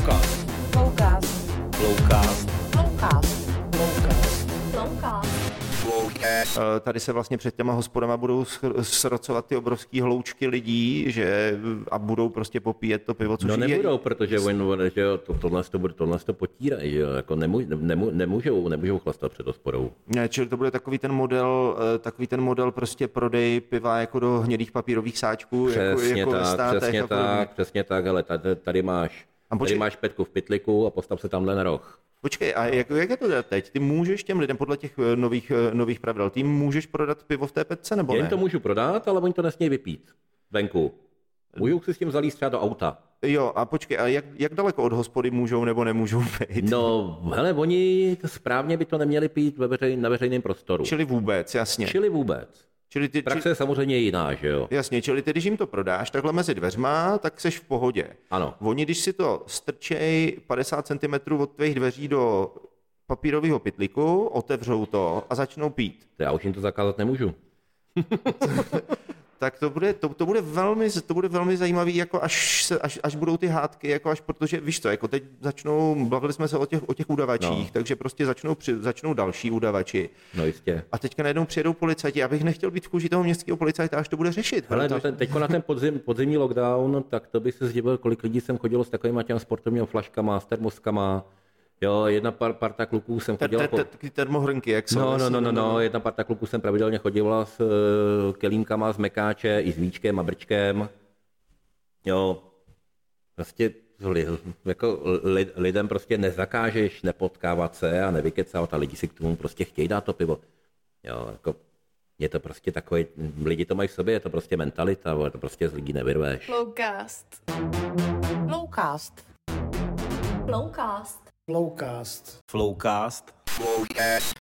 Flowcast. Flowcast. Flowcast. Flowcast. Flowcast. Flowcast. Tady se vlastně před těma hospodama budou srocovat ty obrovský hloučky lidí, že a budou prostě popíjet to pivo, což No je... nebudou, protože že jo, tohle to potírají, že jo, jako nemůžou chlastat před hospodou. Ne, čili to bude takový ten model prostě prodej piva jako do hnědých papírových sáčků, jako ve státech. Přesně tak, ale tady máš Petku v pytliku a postav se tamhle na roh. Počkej, a jak je to teď? Ty můžeš těm lidem podle těch nových pravidel, ty můžeš prodat pivo v té petce, nebo ne? Já jim to můžu prodat, ale oni to nesmějí vypít venku. Můžou si s tím zalíst třeba do auta. Jo, a počkej, a jak daleko od hospody můžou nebo nemůžou být? No, hele, oni správně by to neměli pít na veřejném prostoru. Čili vůbec, jasně. Praxe je samozřejmě jiná, že jo? Jasně, čili ty, když jim to prodáš takhle mezi dveřma, tak seš v pohodě. Ano. Oni, když si to strčej 50 cm od tvých dveří do papírového pytlíku, otevřou to a začnou pít. Já už jim to zakázat nemůžu. Tak to bude velmi zajímavý, jako až budou ty hádky, jako protože víš co, jako teď bavili jsme se o těch udavačích, takže prostě začnou další udavači. No jistě. A teďka najednou přijedou policajti, abych nechtěl být v kůži toho městského policajta, až to bude řešit. Hele, teďko na ten podzimní lockdown, tak to by se zdivil, kolik lidí jsem chodilo s takovýma těmi sportovními flaškama, s termoskama. Jo, jedna parta kluků jsem chodila termohrnky, jak jsou. No, jedna parta kluků jsem pravidelně chodila s kelímkama z mekáče i s víčkem a brčkem. Jo, prostě jako lidem prostě nezakážeš nepotkávat se a nevykecávat a lidi si k tomu prostě chtějí dát to pivo. Jo, jako je to prostě takový, lidi to mají v sobě, je to prostě mentalita, ale to prostě z lidí nevyrveš. Flowcast. Flowcast. Flowcast. Flowcast. Flowcast.